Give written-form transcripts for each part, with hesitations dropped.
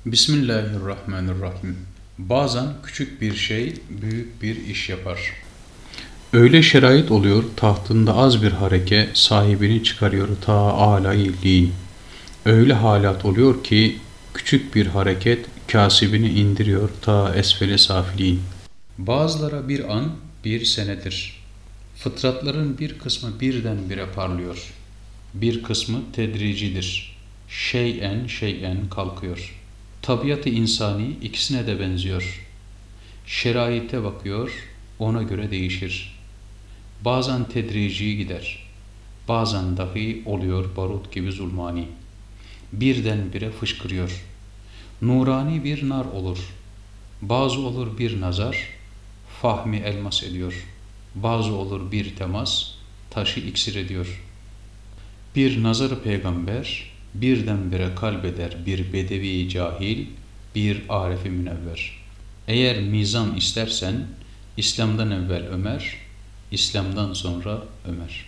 Bismillahirrahmanirrahim. Bazen küçük bir şey büyük bir iş yapar. Öyle şerait oluyor tahtında az bir hareke sahibini çıkarıyor ta âlâ-i illîn. Öyle halat oluyor ki küçük bir hareket kasibini indiriyor ta esfel-i safilîn. Bazılara bir an bir senedir. Fıtratların bir kısmı birdenbire parlıyor. Bir kısmı tedricidir. Şeyen şeyen kalkıyor. Tabiat-ı insani ikisine de benziyor. Şeraite bakıyor, ona göre değişir. Bazen tedrici gider, bazen dahi oluyor barut gibi zulmani. Birdenbire fışkırıyor. Nurani bir nar olur. Bazı olur bir nazar, fahmi elmas ediyor. Bazı olur bir temas, taşı iksir ediyor. Bir nazarı peygamber, birdenbire kalbeder bir bedevi cahil, bir arifi münevver. Eğer mizan istersen, İslam'dan evvel Ömer, İslam'dan sonra Ömer.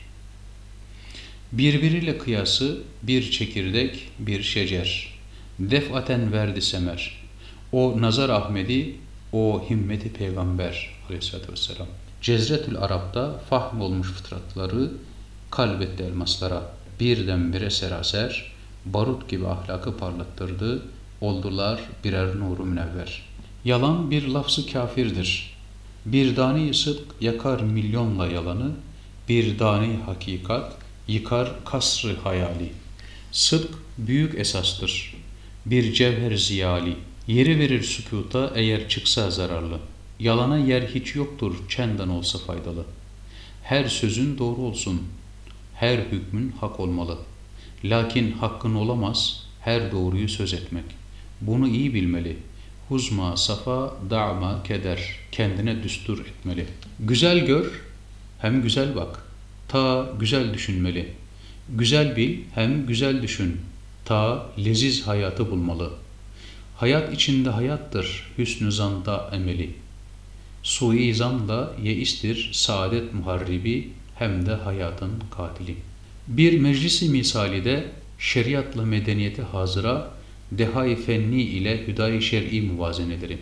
Birbiriyle kıyası bir çekirdek, bir şecer. Defaten verdi semer. O nazar Ahmedi, o himmeti peygamber aleyhissalatü vesselam. Cezretül Arap'ta fahm olmuş fıtratları kalbetti elmaslara. Birdenbire seraser, barut gibi ahlakı parlattırdı, oldular birer nuru münevver. Yalan bir lafzı kafirdir. Bir dani sıdk yakar milyonla yalanı, bir dani hakikat yıkar kasrı hayali. Sıdk büyük esastır, bir cevher ziyali. Yeri verir sükuta eğer çıksa zararlı. Yalana yer hiç yoktur çenden olsa faydalı. Her sözün doğru olsun, her hükmün hak olmalı. Lakin hakkın olamaz her doğruyu söz etmek. Bunu iyi bilmeli. Huzma safa, da'ma keder. Kendine düstur etmeli. Güzel gör, hem güzel bak. Ta güzel düşünmeli. Güzel bil, hem güzel düşün. Ta leziz hayatı bulmalı. Hayat içinde hayattır, hüsnü zanda emeli. Sui zanla yeistir saadet muharribi, hem de hayatın katili. Bir meclisi misalide şeriatla medeniyeti hazıra, deha-i fenni ile hüdayi şer'i muvazeneleri.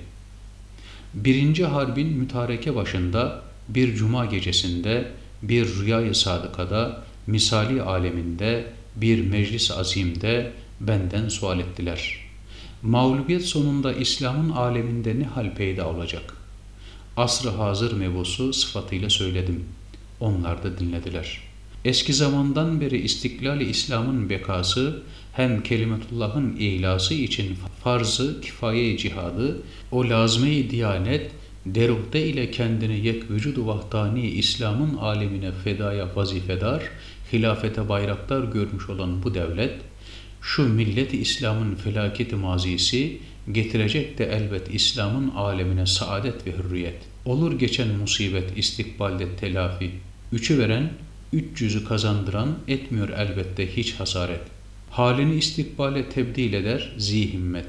Birinci harbin mütareke başında, bir cuma gecesinde, bir rüya-i sadıkada, misali aleminde, bir meclis azimde benden sual ettiler. Mağlubiyet sonunda İslam'ın aleminde ne hal peyda olacak? Asr-ı hazır mebusu sıfatıyla söyledim. Onlar da dinlediler. Eski zamandan beri istiklal-i İslam'ın bekası, hem kelimetullah'ın ilası için farz-ı kifaye cihadı, o lazme-i diyanet, deruhte ile kendini yek vücudu vahdani İslam'ın alemine fedaya vazifedar, hilafete bayraktar görmüş olan bu devlet, şu millet-i İslam'ın felaketi mazisi, getirecek de elbet İslam'ın alemine saadet ve hürriyet. Olur geçen musibet istikbalde telafi, üçü veren, 300'ü kazandıran etmiyor elbette hiç hasaret. Halini istikbale tebdil eder zihimmet.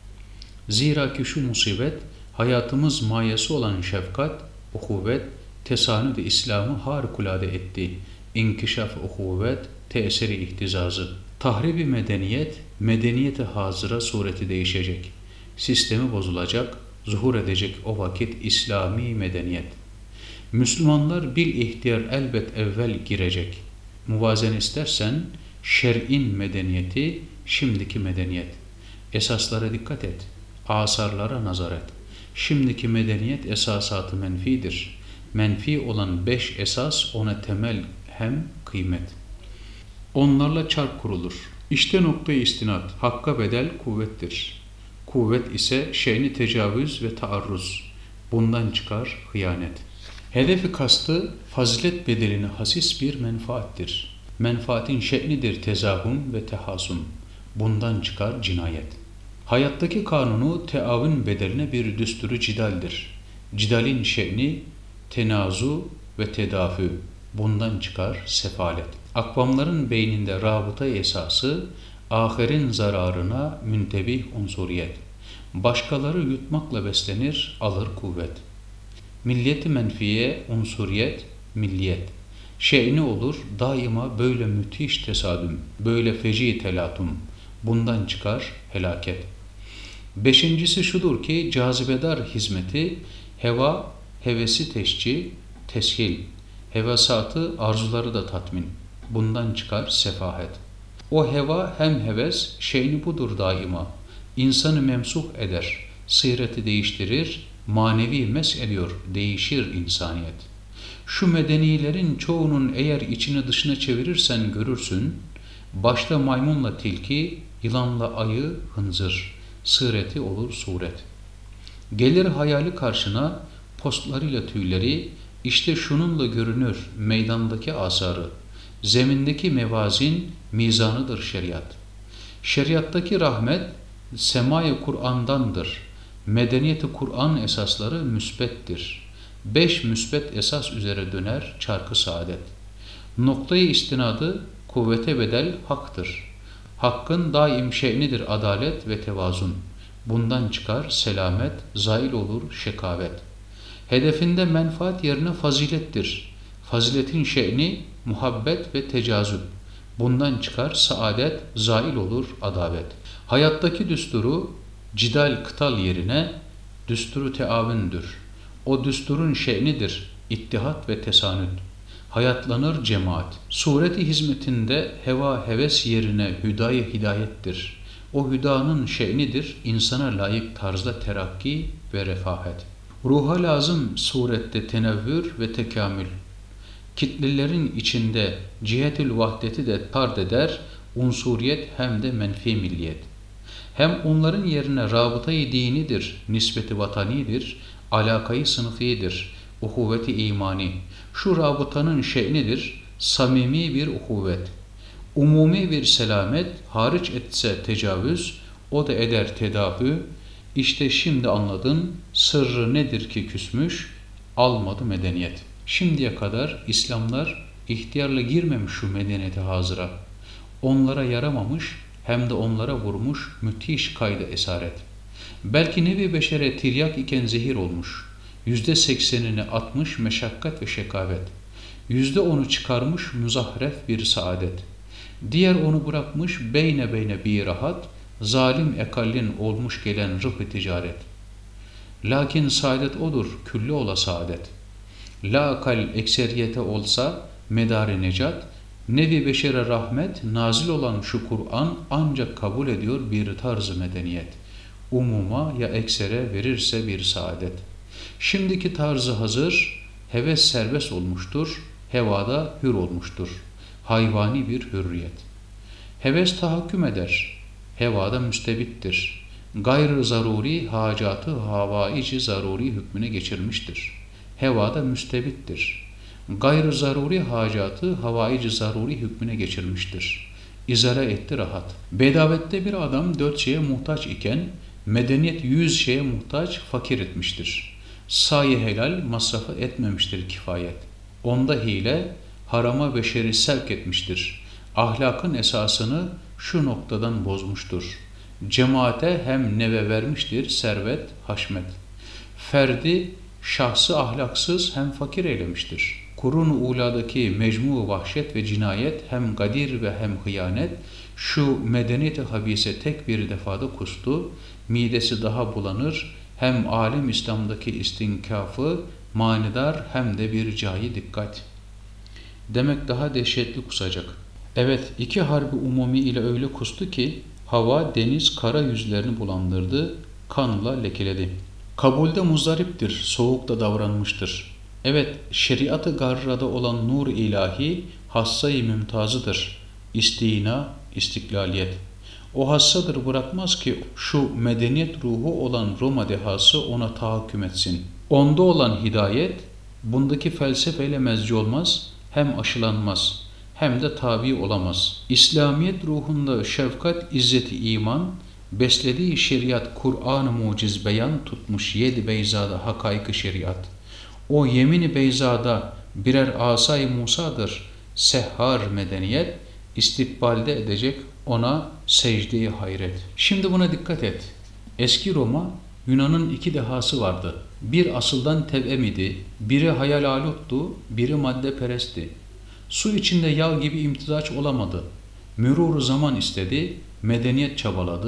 Zira ki şu musibet, hayatımız mayesi olan şefkat, uhuvvet, tesanüd-i İslam'ı harikulade etti. İnkişaf uhuvvet, tesiri ihtizazı. Tahrib-i medeniyet, medeniyete hazıra sureti değişecek. Sistemi bozulacak, zuhur edecek o vakit İslami medeniyet. Müslümanlar bil ihtiyar elbet evvel girecek. Muvazen istersen şer'in medeniyeti, şimdiki medeniyet. Esaslara dikkat et, asarlara nazar et. Şimdiki medeniyet esasatı menfidir. Menfi olan 5 esas ona temel hem kıymet. Onlarla çark kurulur. İşte noktayı istinat, hakka bedel kuvvettir. Kuvvet ise şeyni tecavüz ve taarruz. Bundan çıkar hıyanet. Hedefi kastı fazilet bedelini hasis bir menfaattir. Menfaatin şe'nidir tezahüm ve tehasum. Bundan çıkar cinayet. Hayattaki kanunu teavün bedeline bir düsturu cidaldir. Cidalin şe'ni tenazu ve tedafü. Bundan çıkar sefalet. Akvamların beyninde rabıta esası, ahirin zararına müntebih unsuriyet. Başkaları yutmakla beslenir, alır kuvvet. Milliyeti menfiye, unsuriyet, milliyet. Şeyni olur daima böyle müthiş tesadüm, böyle feci telatum. Bundan çıkar helaket. Beşincisi şudur ki cazibedar hizmeti heva, hevesi teşci, teshil, hevesatı, arzuları da tatmin. Bundan çıkar sefahet. O heva hem heves, şeyni budur daima. İnsanı memsuh eder, sıreti değiştirir, manevi mes ediyor, değişir insaniyet. Şu medenilerin çoğunun eğer içini dışına çevirirsen görürsün, başta maymunla tilki, yılanla ayı, hınzır, sıreti olur suret. Gelir hayali karşına, postlarıyla tüyleri, işte şununla görünür meydandaki asarı, zemindeki mevazin, mizanıdır şeriat. Şeriattaki rahmet, semai Kur'an'dandır. Medeniyeti Kur'an esasları müsbettir. 5 müsbet esas üzere döner çarkı saadet. Noktayı istinadı, kuvvete bedel haktır. Hakkın daim şe'nidir adalet ve tevazun. Bundan çıkar selamet, zail olur şekavet. Hedefinde menfaat yerine fazilettir. Faziletin şe'ni muhabbet ve tecazüp. Bundan çıkar saadet, zail olur adavet. Hayattaki düsturu cidal kıtal yerine düsturu teavündür. O düsturun şe'nidir ittihat ve tesanüt. Hayatlanır cemaat. Sureti hizmetinde heva heves yerine hüdayı hidayettir. O hüdanın şe'nidir insana layık tarzda terakki ve refahet. Ruha lazım surette tenevvür ve tekamül. Kitlelerin içinde cihetül vahdeti de tard eder, unsuriyet hem de menfi milliyet. Hem onların yerine rabıtayı dinidir, nispeti vatanidir, alakayı sınıfidir, uhuvveti imani. Şu rabıtanın şe'nidir, samimi bir uhuvvet. Umumi bir selamet, hariç etse tecavüz, o da eder tedavü. İşte şimdi anladın, sırrı nedir ki küsmüş, almadı medeniyet. Şimdiye kadar İslamlar ihtiyarla girmemiş şu medeniyete hazıra. Onlara yaramamış, hem de onlara vurmuş müthiş kayda esaret. Belki nevi beşere tiryak iken zehir olmuş. %80'ini atmış meşakkat ve şekavet. %10'u çıkarmış müzahref bir saadet. Diğer onu bırakmış beyne beyne bir rahat, zalim ekallin olmuş gelen rıh-ı ticaret. Lakin saadet odur, külli ola saadet. La akal ekseriyete olsa medar-ı necat, nevi beşere rahmet, nazil olan şu Kur'an ancak kabul ediyor bir tarz-ı medeniyet. Umuma ya eksere verirse bir saadet. Şimdiki tarzı hazır, heves serbest olmuştur, hevada hür olmuştur. Hayvani bir hürriyet. Heves tahakküm eder, hevada müstebittir. Gayrı zaruri hacatı havaici zaruri hükmüne geçirmiştir. Hevada müstebittir. Gayrı zaruri hacatı havaici zaruri hükmüne geçirmiştir. İzale etti rahat. Bedavette bir adam 4 şeye muhtaç iken medeniyet 100 şeye muhtaç fakir etmiştir. Sayi helal masrafı etmemiştir kifayet. Onda hile harama beşeri sevk etmiştir. Ahlakın esasını şu noktadan bozmuştur. Cemaate hem neve vermiştir servet, haşmet. Ferdi şahsı ahlaksız hem fakir eylemiştir. Kurun-u uladaki mecmu vahşet ve cinayet hem gadir ve hem hıyanet şu medeniyet-i habise tek bir defada kustu, midesi daha bulanır, hem alem İslam'daki istinkafı manidar hem de bir cayi dikkat. Demek daha dehşetli kusacak. Evet, 2 harbi umumi ile öyle kustu ki hava, deniz, kara yüzlerini bulandırdı, kanla lekeledi. Kabulde muzdariptir, soğukta davranmıştır. Evet, şeriat-ı garrada olan nur ilahi hassayı mümtazıdır. İstina, istiklaliyet. O hassadır bırakmaz ki şu medeniyet ruhu olan Roma dehası ona tahakküm etsin. Onda olan hidayet, bundaki felsefeyle mezci olmaz, hem aşılanmaz, hem de tabi olamaz. İslamiyet ruhunda şefkat, izzeti iman, beslediği şeriat Kur'an-ı muciz beyan tutmuş 7 beyzada hakaik-ı şeriat. O yemin-i beyzada birer asay Musa'dır. Sehhar medeniyet istikbalde edecek ona secde-i hayret. Şimdi buna dikkat et. Eski Roma, Yunan'ın 2 dehası vardı. Bir asıldan tevem idi, biri hayal aluttu, biri maddeperestti. Su içinde yağ gibi imtizaç olamadı. Mürûr zaman istedi, medeniyet çabaladı,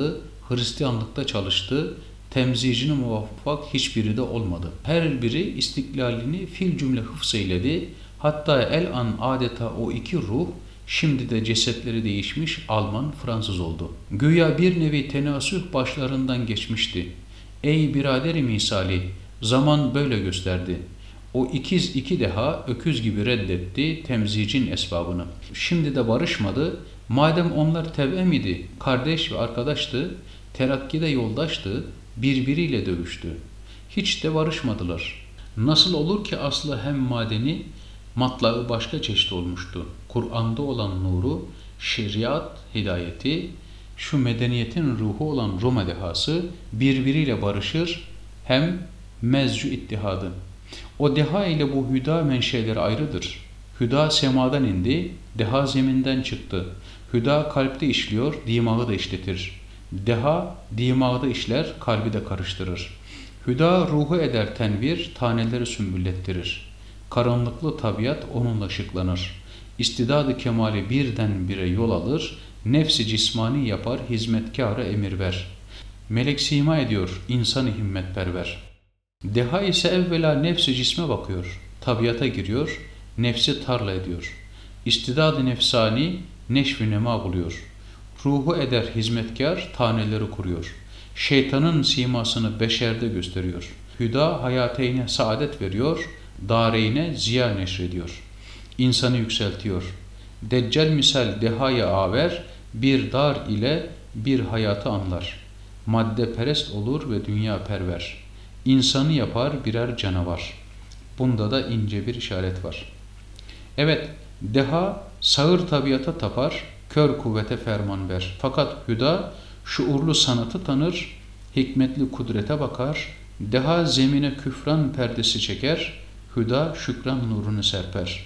Hristiyanlıkta çalıştı. Temzicine muvaffak hiçbiri de olmadı. Her biri istiklalini fil cümle hıfz eyledi. Hatta el an adeta o iki ruh şimdi de cesetleri değişmiş Alman, Fransız oldu. Güya bir nevi tenasüh başlarından geçmişti. Ey biraderi misali, zaman böyle gösterdi. O ikiz iki deha öküz gibi reddetti temzicin esbabını. Şimdi de barışmadı. Madem onlar tevem idi, kardeş ve arkadaştı, terakkide yoldaştı, birbiriyle dövüştü. Hiç de barışmadılar. Nasıl olur ki aslı hem madeni, matlağı başka çeşit olmuştu. Kur'an'da olan nuru, şeriat, hidayeti, şu medeniyetin ruhu olan Roma dehası birbiriyle barışır, hem mezcu ittihadı. O deha ile bu hüda menşeleri ayrıdır. Hüda semadan indi, deha zeminden çıktı. Hüda kalpte işliyor, dimağı da işletir. Deha dimağı da işler, kalbi de karıştırır. Hüda ruhu eder tenvir, taneleri sümbüllettirir. Karanlıklı tabiat onunla ışıklanır. İstidadı kemali birdenbire yol alır, nefsi cismani yapar, hizmetkâra emir ver. Melek sima ediyor, insanı himmetperver. Deha ise evvela nefsi cisme bakıyor, tabiata giriyor, nefsi tarla ediyor. İstidad-ı nefsani neşv-i nema buluyor. Ruhu eder hizmetkar, taneleri kuruyor. Şeytanın simasını beşerde gösteriyor. Hüda hayateyne saadet veriyor, dareyne ziya neşrediyor. İnsanı yükseltiyor. Deccal misal dehaya aver, bir dar ile bir hayatı anlar. Madde perest olur ve dünya perver. İnsanı yapar birer canavar. Bunda da ince bir işaret var. Evet, deha sağır tabiata tapar, kör kuvvete ferman ver. Fakat hüda şuurlu sanatı tanır, hikmetli kudrete bakar. Deha zemine küfran perdesi çeker, hüda şükran nurunu serper.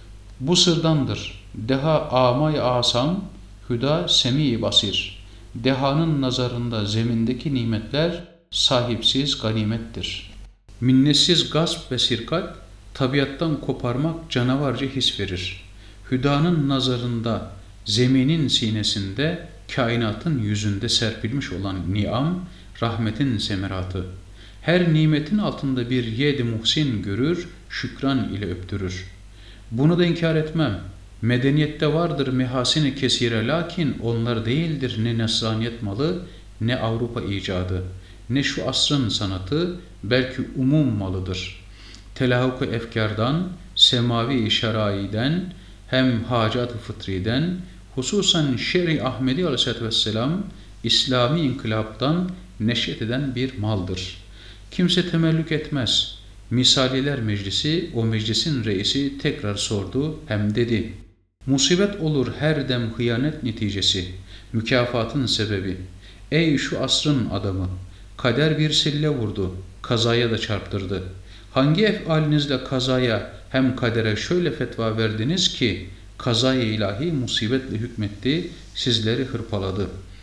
Bu sırdandır. Deha amay asam, hüda semi basir. Dehanın nazarında zemindeki nimetler sahipsiz ganimettir. Minnetsiz gasp ve sirkat, tabiattan koparmak canavarca his verir. Hüdanın nazarında, zeminin sinesinde, kainatın yüzünde serpilmiş olan niam, rahmetin semeratı. Her nimetin altında bir yedi muhsin görür, şükran ile öptürür. Bunu da inkar etmem. Medeniyette vardır mehasini kesire, lakin onlar değildir ne Nesraniyet malı, ne Avrupa icadı, ne şu asrın sanatı, belki umum malıdır. Telahuk-u efkardan, semavi şeraiden, hem hacat-ı fıtriden, hususan şer-i Ahmedi aleyhissalatü vesselam, İslami inkılaptan neşet eden bir maldır. Kimse temellük etmez. Misaliler meclisi, o meclisin reisi tekrar sordu, hem dedi: musibet olur her dem hıyanet neticesi, mükafatın sebebi. Ey şu asrın adamı, kader bir sille vurdu, kazaya da çarptırdı. Hangi efalinizle kazaya hem kadere şöyle fetva verdiniz ki, kazayı ilahi musibetle hükmetti, sizleri hırpaladı.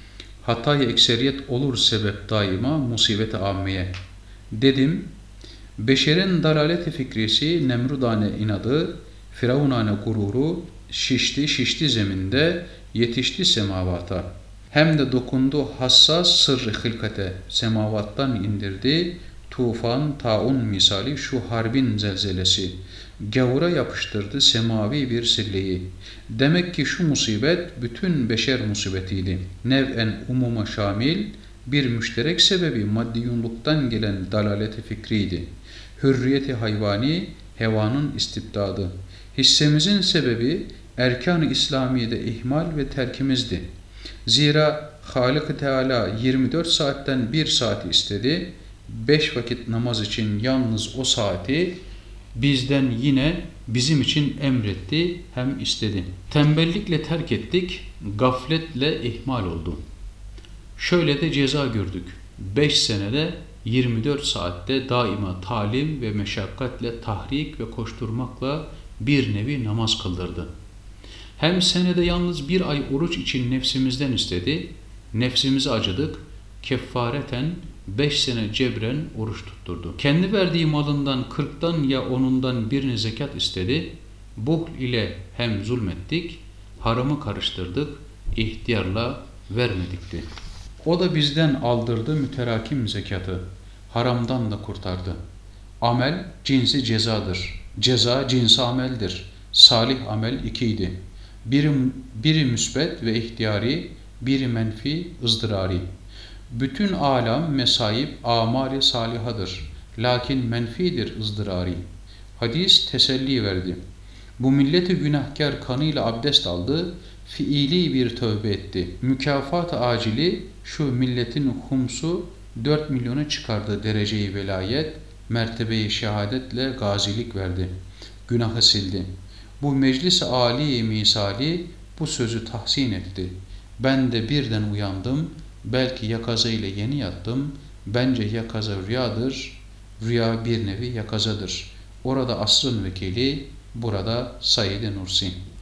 Hatay ekseriyet olur sebep daima musibet-i ammeye. Dedim, beşerin dalalet-i fikrisi, nemrudane inadı, firavunane gururu, şişti zeminde, yetişti semavata. Hem de dokundu hassas sırrı hılkate, semavattan indirdi, tufan, taun misali şu harbin zelzelesi. Gavura yapıştırdı semavi bir silleyi. Demek ki şu musibet bütün beşer musibetiydi. Nev'en umuma şamil, bir müşterek sebebi maddiyunluktan gelen dalaleti fikriydi. Hürriyeti hayvani, hevanın istibdadı. Hissemizin sebebi erkan-ı İslamiye'de ihmal ve terkimizdi. Zira Halik-i Teala 24 saatten 1 saati istedi. 5 vakit namaz için yalnız o saati bizden yine bizim için emretti hem istedi. Tembellikle terk ettik, gafletle ihmal oldu. Şöyle de ceza gördük. 5 senede 24 saatte daima talim ve meşakkatle tahrik ve koşturmakla bir nevi namaz kıldırdı. Hem senede yalnız 1 ay oruç için nefsimizden istedi, nefsimizi acıdık, keffareten 5 sene cebren oruç tutturdu. Kendi verdiği malından 40'tan ya 10'undan birini zekat istedi, buhl ile hem zulmettik, haramı karıştırdık, ihtiyarla vermedikti. O da bizden aldırdı müterakim zekatı, haramdan da kurtardı. Amel cinsi cezadır, ceza cinsi ameldir. Salih amel ikiydi. Biri müsbet ve ihtiyari, biri menfi, ızdırari. Bütün alam mesaib amali salihadır. Lakin menfidir ızdırari. Hadis teselli verdi. Bu milleti günahkar kanıyla abdest aldı, fiili bir tövbe etti. Mükafat-ı acili şu milletin humsu 4 milyonu çıkardı dereceyi velayet, mertebeyi şehadetle gazilik verdi. Günahı sildi. Bu meclis-i âli misali bu sözü tahsin etti. Ben de birden uyandım, belki yakaza ile yeni yattım. Bence yakaza rüyadır, rüya bir nevi yakazadır. Orada asrın vekili, burada Said-i Nursi.